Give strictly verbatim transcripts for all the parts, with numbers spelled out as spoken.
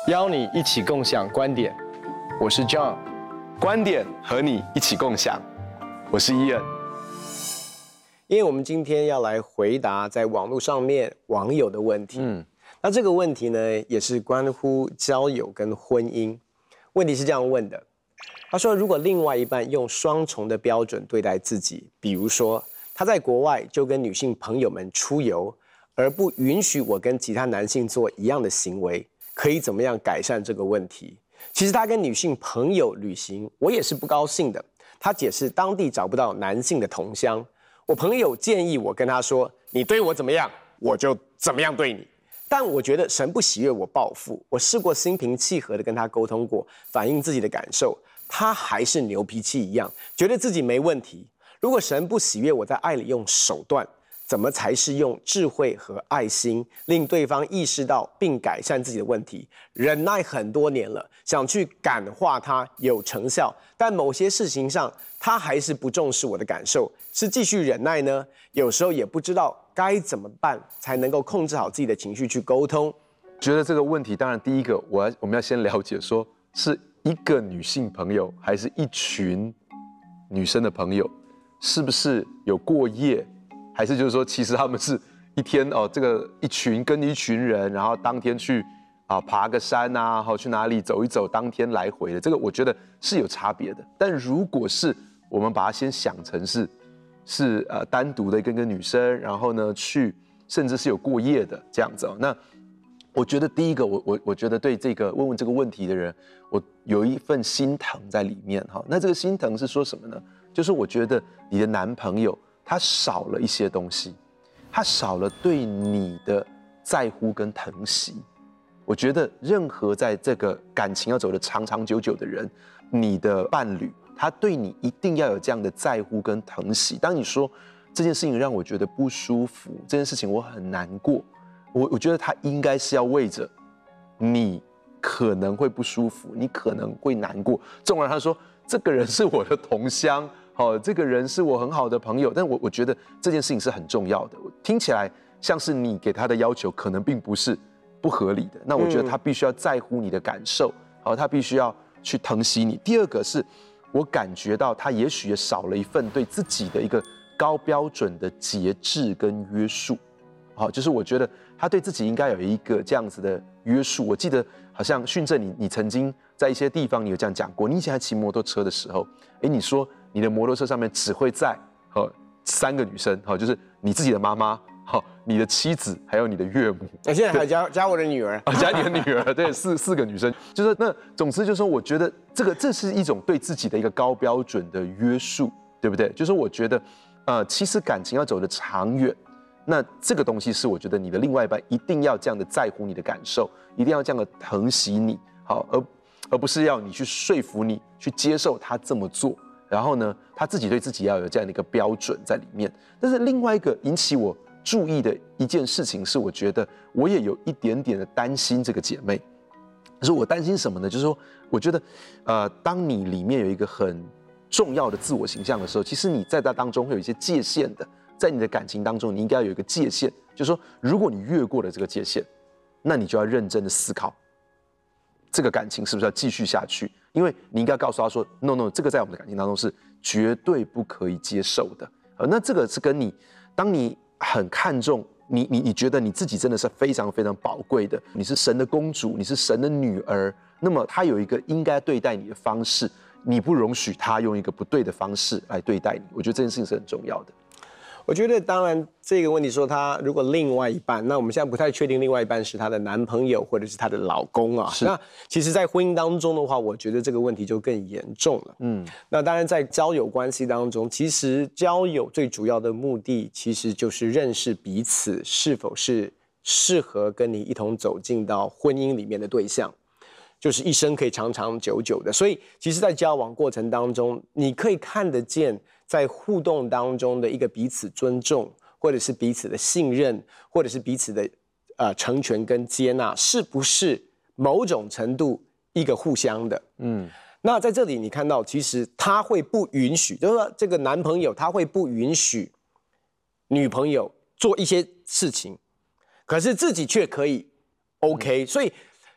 邀你一起共享观点，我是 John， 观点和你一起共享，我是 Ian。 因为我们今天要来回答在网络上面网友的问题，嗯，那这个问题呢，也是关乎交友跟婚姻。问题是这样问的，他说，如果另外一半用双重的标准对待自己，比如说他在国外就跟女性朋友们出游，而不允许我跟其他男性做一样的行为，可以怎么样改善这个问题？其实他跟女性朋友旅行，我也是不高兴的。他解释当地找不到男性的同乡，我朋友建议我跟他说，你对我怎么样，我就怎么样对你。但我觉得神不喜悦我报复，我试过心平气和的跟他沟通过，反映自己的感受，他还是牛脾气一样，觉得自己没问题。如果神不喜悦我在爱里用手段，怎么才是用智慧和爱心，令对方意识到并改善自己的问题？忍耐很多年了，想去感化他有成效，但某些事情上他还是不重视我的感受，是继续忍耐呢？有时候也不知道该怎么办才能够控制好自己的情绪去沟通。 觉得这个问题，当然第一个，我要我们要先了解说，是一个女性朋友，还是一群女生的朋友，是不是有过夜？还是就是说，其实他们是一天哦，这个一群跟一群人，然后当天去啊爬个山啊，好去哪里走一走，当天来回的，这个我觉得是有差别的。但如果是我们把它先想成是是呃单独的跟个女生，然后呢去甚至是有过夜的这样子哦，那我觉得第一个，我我我觉得对这个问问这个问题的人，我有一份心疼在里面哈。那这个心疼是说什么呢？就是我觉得你的男朋友，他少了一些东西，他少了对你的在乎跟疼惜。我觉得任何在这个感情要走得长长久久的人，你的伴侣他对你一定要有这样的在乎跟疼惜。当你说这件事情让我觉得不舒服，这件事情我很难过，我我觉得他应该是要为着你可能会不舒服，你可能会难过。纵然他说这个人是我的同乡。哦，这个人是我很好的朋友，但我我觉得这件事情是很重要的。听起来像是你给他的要求，可能并不是不合理的。那我觉得他必须要在乎你的感受，好，他必须要去疼惜你。第二个是，我感觉到他也许也少了一份对自己的一个高标准的节制跟约束。好，就是我觉得他对自己应该有一个这样子的约束。我记得好像训正你，你曾经在一些地方你有这样讲过，你以前还骑摩托车的时候，哎，你说。你的摩托车上面只会载呃三个女生，好，就是你自己的妈妈，好，你的妻子，还有你的岳母。 我现在还加加我的女儿， 加你的女儿，对，四四个女生，就是那总之就是说，我觉得这个这是一种对自己的一个高标准的约束，对不对？就是我觉得，呃，其实感情要走得长远，那这个东西是我觉得你的另外一半一定要这样的在乎你的感受，一定要这样的疼惜你，好，而而不是要你去说服你去接受他这么做。然后呢，他自己对自己要有这样的一个标准在里面。但是另外一个引起我注意的一件事情是，我觉得我也有一点点的担心这个姐妹。就是我担心什么呢？就是说，我觉得，呃，当你里面有一个很重要的自我形象的时候，其实你在它当中会有一些界限的。在你的感情当中，你应该要有一个界限，就是说，如果你越过了这个界限，那你就要认真的思考，这个感情是不是要继续下去。因为你应该告诉他说 ，no no， 这个在我们的感情当中是绝对不可以接受的。呃，那这个是跟你，当你很看重你，你你觉得你自己真的是非常非常宝贵的，你是神的公主，你是神的女儿，那么他有一个应该对待你的方式，你不容许他用一个不对的方式来对待你。我觉得这件事情是很重要的。 我觉得当然这个问题说他如果另外一半，那我们现在不太确定另外一半是她的男朋友或者是她的老公啊。那其实在婚姻当中的话，我觉得这个问题就更严重了。嗯，那当然在交友关系当中，其实交友最主要的目的其实就是认识彼此是否是适合跟你一同走进到婚姻里面的对象，就是一生可以长长久久的。所以其实在交往过程当中，你可以看得见在互动当中的一个彼此尊重，或者是彼此的信任，或者是彼此的呃成全跟接纳，是不是某种程度一个互相的？嗯，那在这里你看到，其实他会不允许，就是说这个男朋友他会不允许女朋友做一些事情，可是自己却可以 OK，、嗯、所以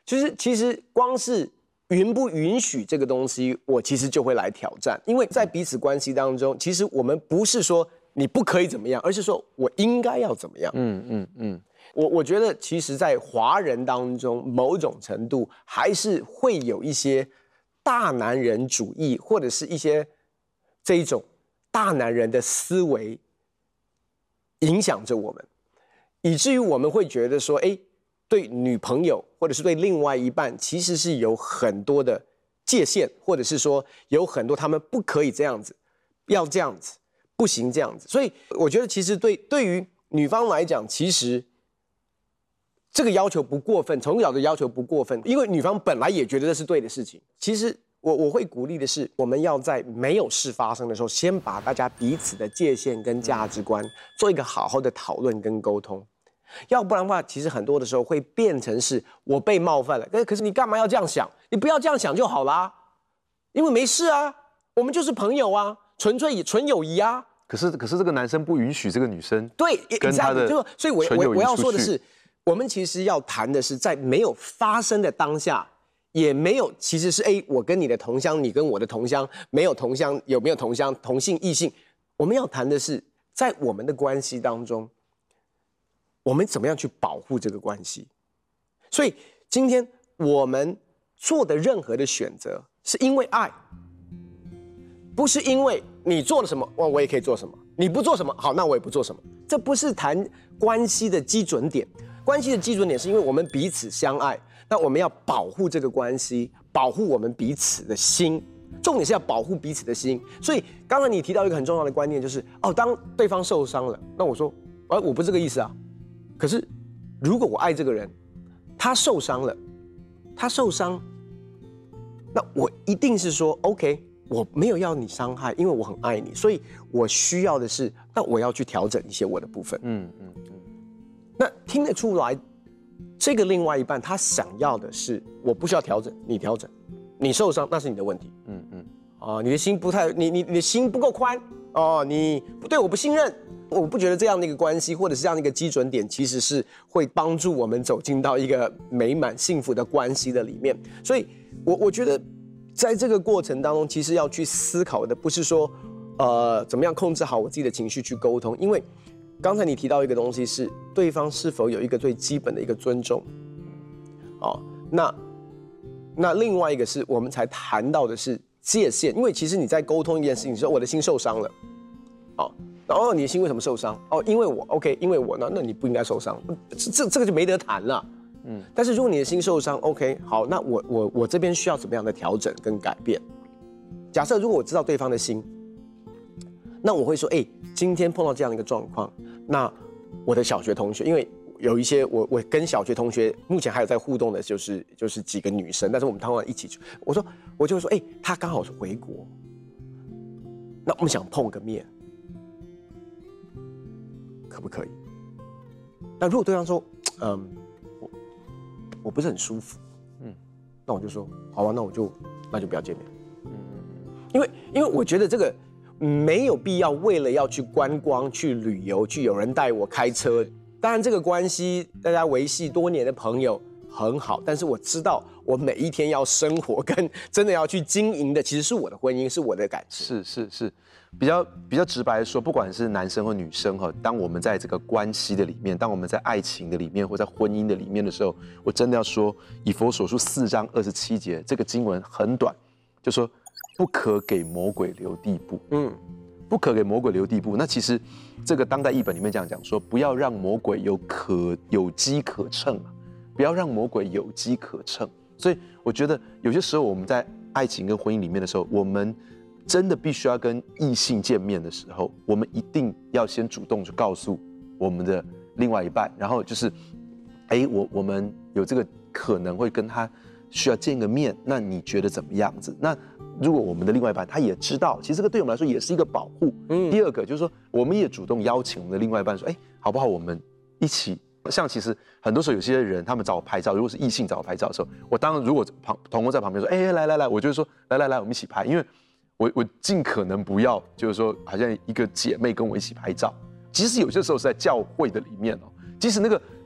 就是其实光是允不允许这个东西，我其实就会来挑战，因为在彼此关系当中，其实我们不是说你不可以怎么样，而是说我应该要怎么样。嗯嗯嗯。我我觉得，其实，在华人当中，某种程度还是会有一些大男人主义，或者是一些这一种大男人的思维影响着我们，以至于我们会觉得说，哎，对女朋友或者是对另外一半，其实是有很多的界限，或者是说有很多他们不可以这样子，要这样子，不行这样子。所以我觉得，其实对对于女方来讲，其实这个要求不过分，从小的要求不过分，因为女方本来也觉得这是对的事情。其实我我会鼓励的是，我们要在没有事发生的时候，先把大家彼此的界限跟价值观做一个好好的讨论跟沟通。要不然的话，其实很多的时候会变成是我被冒犯了，可可是你干嘛要这样想？你不要这样想就好啦，因为没事啊，我们就是朋友啊，纯粹纯友谊啊。 可是可是这个男生不允许这个女生对跟他的就所以我我我要说的是，我们其实要谈的是在没有发生的当下，也没有其实是哎，我跟你的同乡，你跟我的同乡，没有同乡有没有同乡同性异性，我们要谈的是在我们的关系当中，我们怎么样去保护这个关系。所以今天我们做的任何的选择，是因为爱，不是因为你做了什么，我我也可以做什么；你不做什么，好，那我也不做什么。这不是谈关系的基准点。关系的基准点是因为我们彼此相爱，那我们要保护这个关系，保护我们彼此的心。重点是要保护彼此的心。所以刚才你提到一个很重要的观念，就是哦，当对方受伤了，那我说，哎，我不是这个意思啊。可是如果我爱这个人，他受伤了，他受伤，那我一定是说 OK， 我没有要你伤害，因为我很爱你，所以我需要的是，那我要去调整一些我的部分。嗯嗯嗯。那听得出来，这个另外一半他想要的是，我不需要调整，你调整，你受伤那是你的问题。嗯嗯。啊，你的心不太，你你你的心不够宽哦，你对我不信任。我不觉得这样的一个关系，或者是这样的一个基准点，其实是会帮助我们走进到一个美满幸福的关系的里面。所以我，我我觉得，在这个过程当中，其实要去思考的，不是说，呃，怎么样控制好我自己的情绪去沟通，因为刚才你提到一个东西是，对方是否有一个最基本的一个尊重。哦，那那另外一个是我们才谈到的是界限，因为其实你在沟通一件事情，说我的心受伤了，哦。然后你的心为什么受伤？哦，因为我 OK， 因为我呢，那你不应该受伤，这这个就没得谈了。嗯，但是如果你的心受伤 ，OK， 好，那我我我这边需要怎么样的调整跟改变？假设如果我知道对方的心，那我会说，哎，今天碰到这样的一个状况，那我的小学同学，因为有一些我我跟小学同学目前还有在互动的，就是就是几个女生，但是我们通常一起去，我说我就会说，哎，她刚好是回国，那我们想碰个面。可不可以？那如果对方说，嗯，我我不是很舒服，嗯，那我就说，好啊，那我就那就不要见面，嗯，因为因为我觉得这个没有必要为了要去观光、去旅游、去有人带我开车。当然，这个关系大家维系多年的朋友很好，但是我知道我每一天要生活跟真的要去经营的，其实是我的婚姻，是我的感情。 是是是。比较比较直白的说，不管是男生或女生哈，当我们在这个关系的里面，当我们在爱情的里面，或在婚姻的里面的时候，我真的要说，以佛所述四章二十七节，这个经文很短，就说不可给魔鬼留地步。嗯，不可给魔鬼留地步。那其实这个当代译本里面这样讲说，不要让魔鬼有可有机可乘啊，不要让魔鬼有机可乘。所以我觉得有些时候我们在爱情跟婚姻里面的时候，我们真的必须要跟异性见面的时候，我们一定要先主动去告诉我们的另外一半，然后就是，哎，我我们有这个可能会跟他需要见个面，那你觉得怎么样子？那如果我们的另外一半他也知道，其实这个对我们来说也是一个保护。嗯。第二个就是说，我们也主动邀请我们的另外一半说，哎，好不好？我们一起。像其实很多时候有些人他们找我拍照，如果是异性找我拍照的时候，我当然如果旁同工在旁边说，哎，来来来，我就会说，来来来，我们一起拍，因为。我我尽可能不要，就是说，好像一个姐妹跟我一起拍照。即使有些时候是在教会的里面哦，即使那个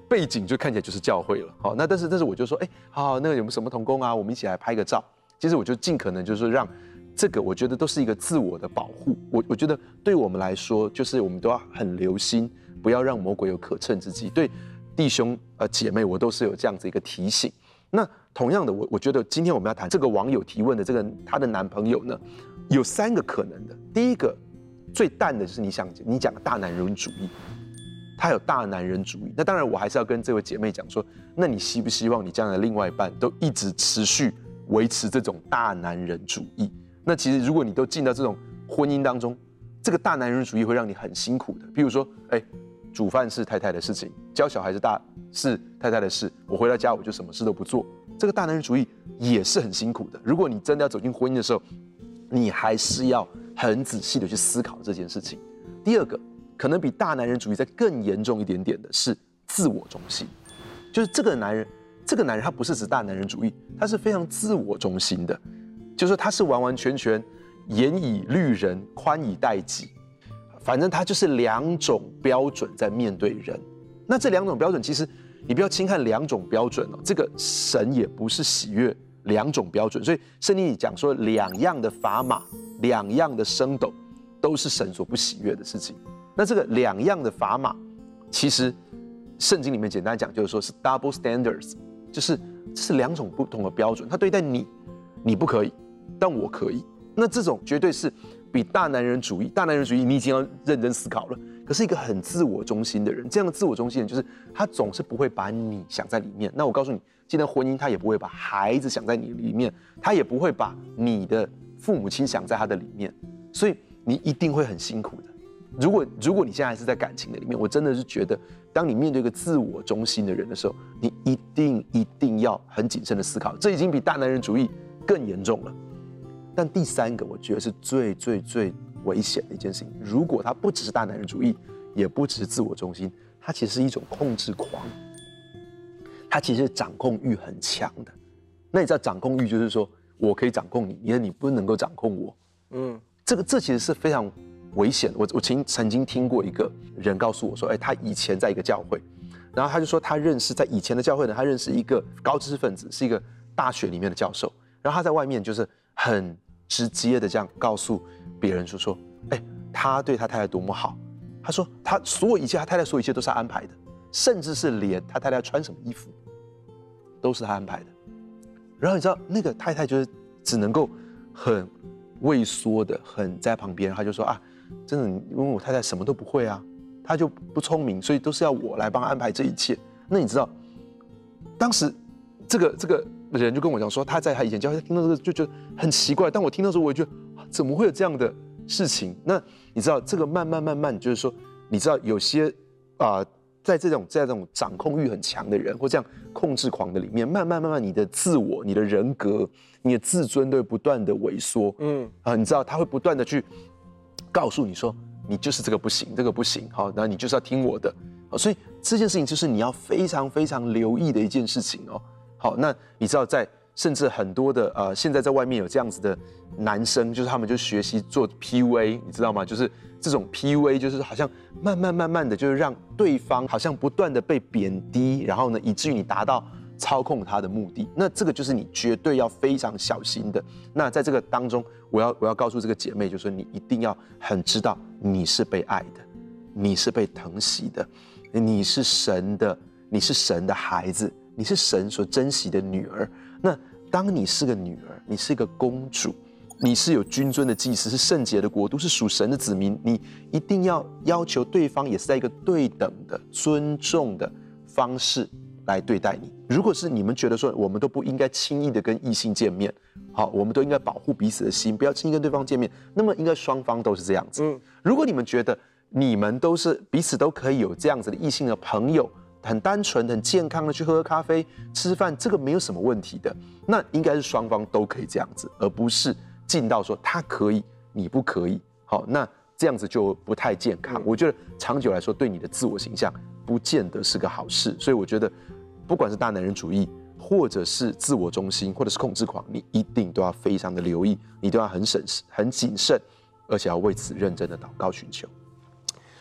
背景就看起来就是教会了。好，那但是但是我就说，哎，好，那个有没有什么同工啊？我们一起来拍个照。其实我就尽可能就是让这个，我觉得都是一个自我的保护。我我觉得对我们来说，就是我们都要很留心，不要让魔鬼有可乘之机。对弟兄呃姐妹，我都是有这样子一个提醒。那同样的，我我觉得今天我们要谈这个网友提问的这个她的男朋友呢，有三个可能的。第一个最淡的就是你想你讲的大男人主义。他有大男人主义，那当然我还是要跟这位姐妹讲说，那你希不希望你将来的另外一半都一直持续维持这种大男人主义？那其实如果你都进到这种婚姻当中，这个大男人主义会让你很辛苦的。比如说，哎，煮饭是太太的事情，教小孩是大是太太的事，我回到家我就什么事都不做，这个大男人主义也是很辛苦的。如果你真的要走进婚姻的时候，你还是要很仔细的去思考这件事情。第二个。可能比大男人主义再更严重一点点的是自我中心，就是这个男人，这个男人他不是指大男人主义，他是非常自我中心的，就是说他是完完全全严以律人，宽以待己，反正他就是两种标准在面对人。那这两种标准，其实你不要轻看两种标准哦，这个神也不是喜悦两种标准，所以圣经里讲说两样的砝码，两样的升斗，都是神所不喜悦的事情。那这个两样的砝码，其实圣经里面简单讲就是说是 double standards， 就是这是两种不同的标准。他对待你，你不可以，但我可以。那这种绝对是比大男人主义，大男人主义你已经要认真思考了。可是一个很自我中心的人，这样的自我中心的人，就是他总是不会把你想在里面。那我告诉你，今天婚姻他也不会把孩子想在你里面，他也不会把你的父母亲想在他的里面，所以你一定会很辛苦的。如果如果你现在还是在感情的里面，我真的是觉得，当你面对一个自我中心的人的时候，你一定一定要很谨慎的思考，这已经比大男人主义更严重了。但第三个，我觉得是最最最危险的一件事情。如果他不只是大男人主义，也不只是自我中心，他其实是一种控制狂，他其实掌控欲很强的。那你知道掌控欲就是说我可以掌控你，因你不能够掌控我。嗯，这个这其实是非常危险。我我曾曾经听过一个人告诉我说，哎，他以前在一个教会，然后他就说他认识在以前的教会呢，他认识一个高知识分子，是一个大学里面的教授，然后他在外面就是很直接的这样告诉别人说说，哎，他对他太太多么好，他说他所有一切，他太太所有一切都是他安排的，甚至是连他太太穿什么衣服都是他安排的。然后你知道那个太太就是只能够很畏缩的，很在旁边，他就说啊，真的，因为我太太什么都不会啊，她就不聪明，所以都是要我来帮她安排这一切。那你知道，当时这个这个人就跟我讲说，他在他以前教会听到这个就觉得很奇怪，但我听到时候我也觉得、啊、怎么会有这样的事情？那你知道这个慢慢慢慢就是说，你知道有些啊、呃，在这种在这种掌控欲很强的人或这样控制狂的里面，慢慢慢慢你的自我、你的人格、你的自尊都会不断的萎缩。嗯啊、呃，你知道他会不断的去告诉你说，你就是这个不行，这个不行，好，那你就是要听我的。所以这件事情就是你要非常非常留意的一件事情哦。好，那你知道在甚至很多的呃，现在在外面有这样子的男生，就是他们就学习做 P U A， 你知道吗？就是这种 P U A， 就是好像慢慢慢慢的，就是让对方好像不断的被贬低，然后呢，以至于你达到操控他的目的。那这个就是你绝对要非常小心的。那在这个当中，我要我要告诉这个姐妹，就是说你一定要很知道你是被爱的，你是被疼惜的，你是神的，你是神的孩子。你是神所珍惜的女儿，那当你是个女儿，你是一个公主，你是有君尊的祭司，是圣洁的国度，是属神的子民，你一定要要求对方也是在一个对等的、尊重的方式来对待你。如果是你们觉得说我们都不应该轻易的跟异性见面，好，我们都应该保护彼此的心，不要轻易跟对方见面，那么应该双方都是这样子。嗯，如果你们觉得你们都是彼此都可以有这样子的异性的朋友，很单纯、很健康的去喝喝咖啡、吃饭，这个没有什么问题的。那应该是双方都可以这样子，而不是进到说他可以，你不可以。好，那这样子就不太健康。我觉得长久来说，对你的自我形象不见得是个好事。所以我觉得，不管是大男人主义，或者是自我中心，或者是控制狂，你一定都要非常的留意，你都要很审视、很谨慎，而且要为此认真的祷告寻求。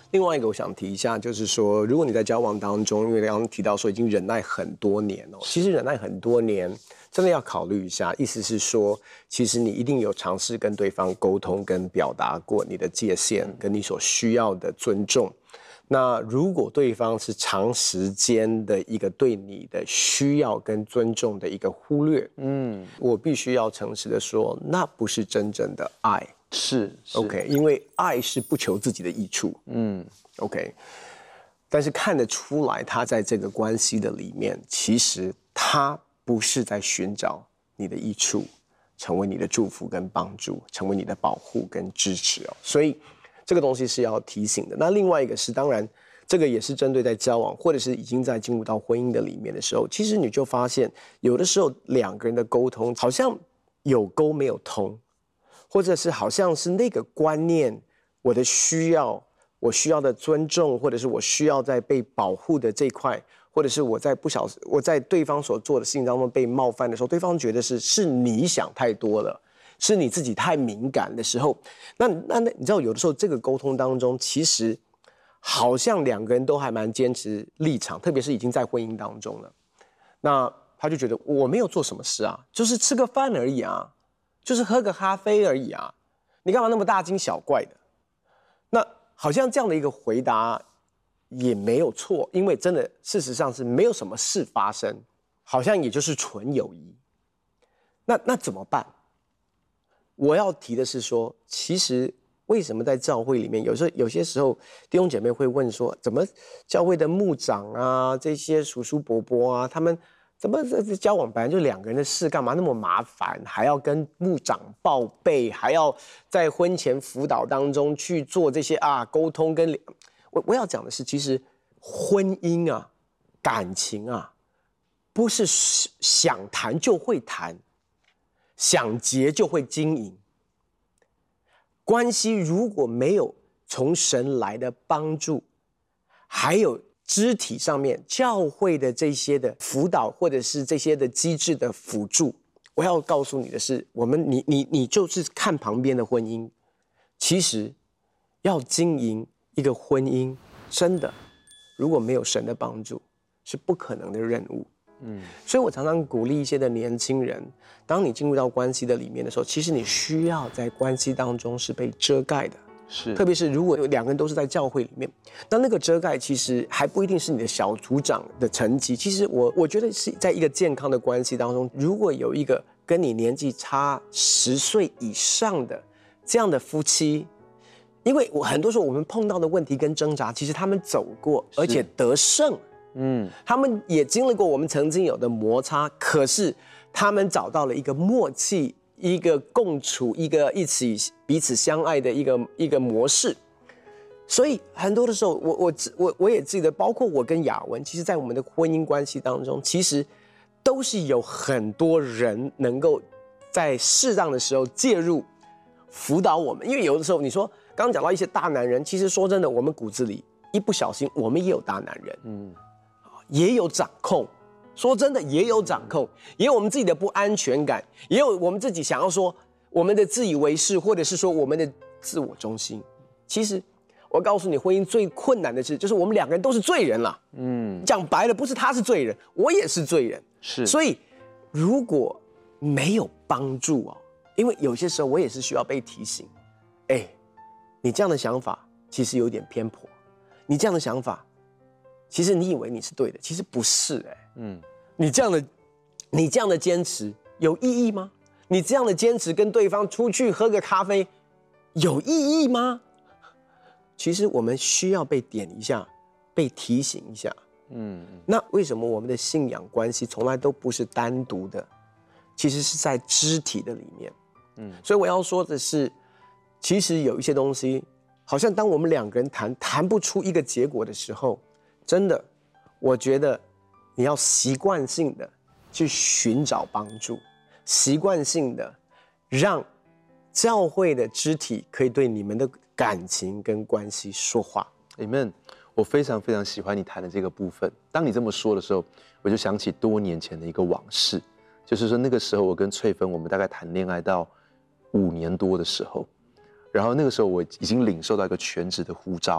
另外一个我想提一下，就是说，如果你在交往当中，因为刚刚提到说已经忍耐很多年哦，其实忍耐很多年，真的要考虑一下。意思是说，其实你一定有尝试跟对方沟通跟表达过你的界限，跟你所需要的尊重。那如果对方是长时间的一个对你的需要跟尊重的一个忽略，嗯，我必须要诚实的说，那不是真正的爱。 是, 是 OK， 因为爱是不求自己的益处，嗯 ，OK， 但是看得出来，他在这个关系的里面，其实他不是在寻找你的益处，成为你的祝福跟帮助，成为你的保护跟支持哦。所以这个东西是要提醒的。那另外一个是，当然这个也是针对在交往或者是已经在进入到婚姻的里面的时候，其实你就发现，有的时候两个人的沟通好像有沟没有通。或者是好像是那个观念，我的需要，我需要的尊重，或者是我需要在被保护的这一块，或者是我在不小我在对方所做的事情当中被冒犯的时候，对方觉得是是你想太多了，是你自己太敏感的时候，那那那你知道有的时候这个沟通当中，其实好像两个人都还蛮坚持立场，特别是已经在婚姻当中了，那他就觉得我没有做什么事啊，就是吃个饭而已啊。就是喝个咖啡而已啊，你干嘛那么大惊小怪的？那好像这样的一个回答也没有错，因为真的事实上是没有什么事发生，好像也就是纯友谊。那那怎么办？我要提的是说，其实为什么在教会里面，有时候有些时候弟兄姐妹会问说，怎么教会的牧长啊，这些叔叔伯伯啊，他们。怎么这交往本来就两个人的事，干嘛那么麻烦？还要跟牧长报备，还要在婚前辅导当中去做这些啊沟通跟我我要讲的是，其实婚姻啊、感情啊，不是想谈就会谈，想结就会经营。关系如果没有从神来的帮助，还有。肢体上面教会的这些的辅导，或者是这些的机制的辅助，我要告诉你的是，我们你你你就是看旁边的婚姻，其实要经营一个婚姻，真的如果没有神的帮助，是不可能的任务。嗯，所以我常常鼓励一些的年轻人，当你进入到关系的里面的时候，其实你需要在关系当中是被遮盖的。是，特别是如果两个人都是在教会里面，那那个遮盖其实还不一定是你的小组长的层级。其实我我觉得是在一个健康的关系当中，如果有一个跟你年纪差十岁以上的这样的夫妻，因为我很多时候我们碰到的问题跟挣扎，其实他们走过，而且得胜。嗯，他们也经历过我们曾经有的摩擦，可是他们找到了一个默契。一个共处，一个一起彼此相爱的一个一个模式，所以很多的时候，我我我我也记得，包括我跟雅文，其实，在我们的婚姻关系当中，其实都是有很多人能够在适当的时候介入辅导我们，因为有的时候，你说刚刚讲到一些大男人，其实说真的，我们骨子里一不小心，我们也有大男人，嗯，也有掌控。说真的，也有掌控，也有我们自己的不安全感，也有我们自己想要说我们的自以为是，或者是说我们的自我中心。其实，我告诉你，婚姻最困难的事就是我们两个人都是罪人了。嗯，讲白了，不是他是罪人，我也是罪人。是，所以如果没有帮助哦，因为有些时候我也是需要被提醒，哎，你这样的想法其实有点偏颇，你这样的想法。其实你以为你是对的，其实不是哎、欸。嗯，你这样的，你这样的坚持有意义吗？你这样的坚持跟对方出去喝个咖啡，有意义吗？其实我们需要被点一下，被提醒一下。嗯，那为什么我们的信仰关系从来都不是单独的？其实是在肢体的里面。嗯，所以我要说的是，其实有一些东西，好像当我们两个人谈谈不出一个结果的时候。真的，我觉得你要习惯性的去寻找帮助，习惯性的让教会的肢体可以对你们的感情跟关系说话。 Amen。我非常非常喜欢你谈的这个部分。当你这么说的时候，我就想起多年前的一个往事，就是说那个时候我跟翠芬，我们大概谈恋爱到五年多的时候，然后那个时候我已经领受到一个全职的呼召。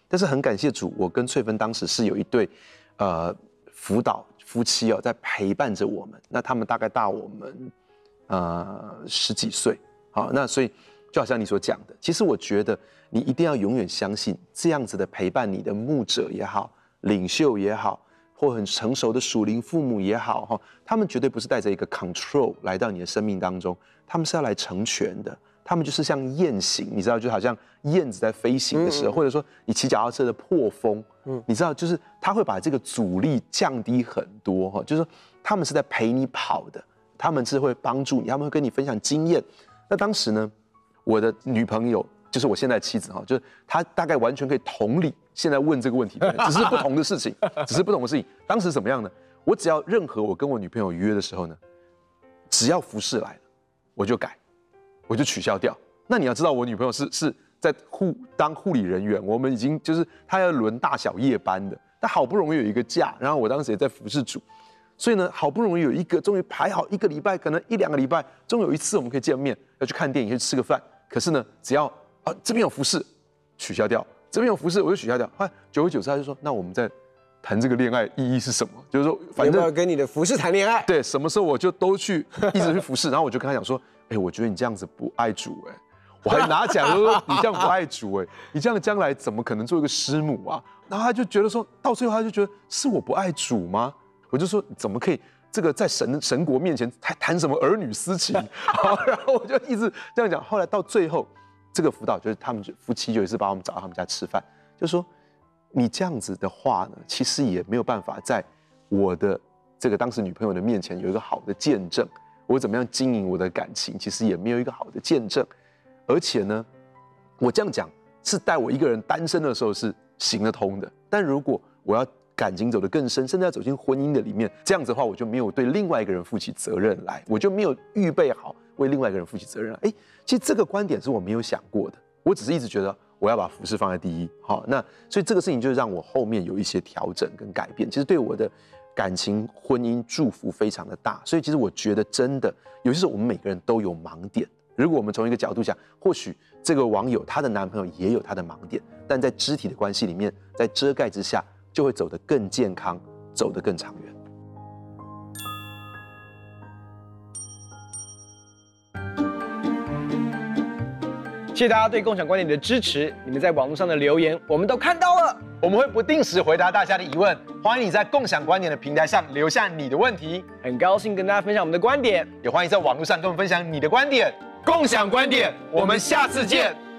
但是很感谢主，我跟翠芬当时是有一对，呃，辅导夫妻哦，在陪伴着我们。那他们大概大我们，呃，十几岁。好，那所以就好像你所讲的，其实我觉得你一定要永远相信，这样子的陪伴你的牧者也好，领袖也好，或很成熟的属灵父母也好，哈，他们绝对不是带着一个 control 来到你的生命当中，他们是要来成全的。他们就是像雁行，你知道，就好像燕子在飞行的时候，嗯嗯或者说你骑脚踏车的破风，嗯，你知道，就是他会把这个阻力降低很多哈，就是说他们是在陪你跑的，他们是会帮助你，他们会跟你分享经验。那当时呢，我的女朋友就是我现在的妻子哈，就是她大概完全可以同理现在问这个问题，只是不同的事情，只是不同的事情。当时怎么样呢？我只要任何我跟我女朋友约的时候呢，只要服侍来了，我就改。我就取消掉。那你要知道，我女朋友是是在护当护理人员，我们已经就是她要轮大小夜班的，但好不容易有一个假，然后我当时也在服侍主，所以呢，好不容易有一个，终于排好一个礼拜，可能一两个礼拜，终于有一次我们可以见面，要去看电影，去吃个饭。可是呢，只要啊这边有服侍，取消掉；这边有服侍，我就取消掉。后来久而久之，他就说，那我们在谈这个恋爱意义是什么？就是说，反正要不要跟你的服侍谈恋爱？ 对，什么时候我就都去一直去服侍，然后我就跟他讲说。哎，我觉得你这样子不爱主哎，我还拿奖说你这样不爱主哎，你这样将来怎么可能做一个师母啊？然后他就觉得说到最后他就觉得是我不爱主吗？我就说怎么可以这个在神神国面前还谈什么儿女私情？然后我就一直这样讲。后来到最后，这个辅导就是他们夫妻就一次把我们找到他们家吃饭，就说你这样子的话呢，其实也没有办法在我的这个当时女朋友的面前有一个好的见证。我怎么样经营我的感情，其实也没有一个好的见证，而且呢，我这样讲是带我一个人单身的时候是行得通的，但如果我要感情走得更深，甚至要走进婚姻的里面，这样子的话，我就没有对另外一个人负起责任来，我就没有预备好为另外一个人负起责任来。哎，其实这个观点是我没有想过的，我只是一直觉得我要把服事放在第一。好，那所以这个事情就让我后面有一些调整跟改变，其实对我的感情、婚姻祝福非常的大，所以其实我觉得真的，有些时候我们每个人都有盲点。如果我们从一个角度想，或许这个网友她的男朋友也有他的盲点，但在肢体的关系里面，在遮盖之下，就会走得更健康，走得更长远。 谢谢大家对共享观点的支持，你们在网络上的留言我们都看到了， 我们会不定时回答大家的疑问，欢迎你在共享观点的平台上留下你的问题， 很高兴跟大家分享我们的观点， 也欢迎在网络上跟我们分享你的观点。共享观点，我们下次见。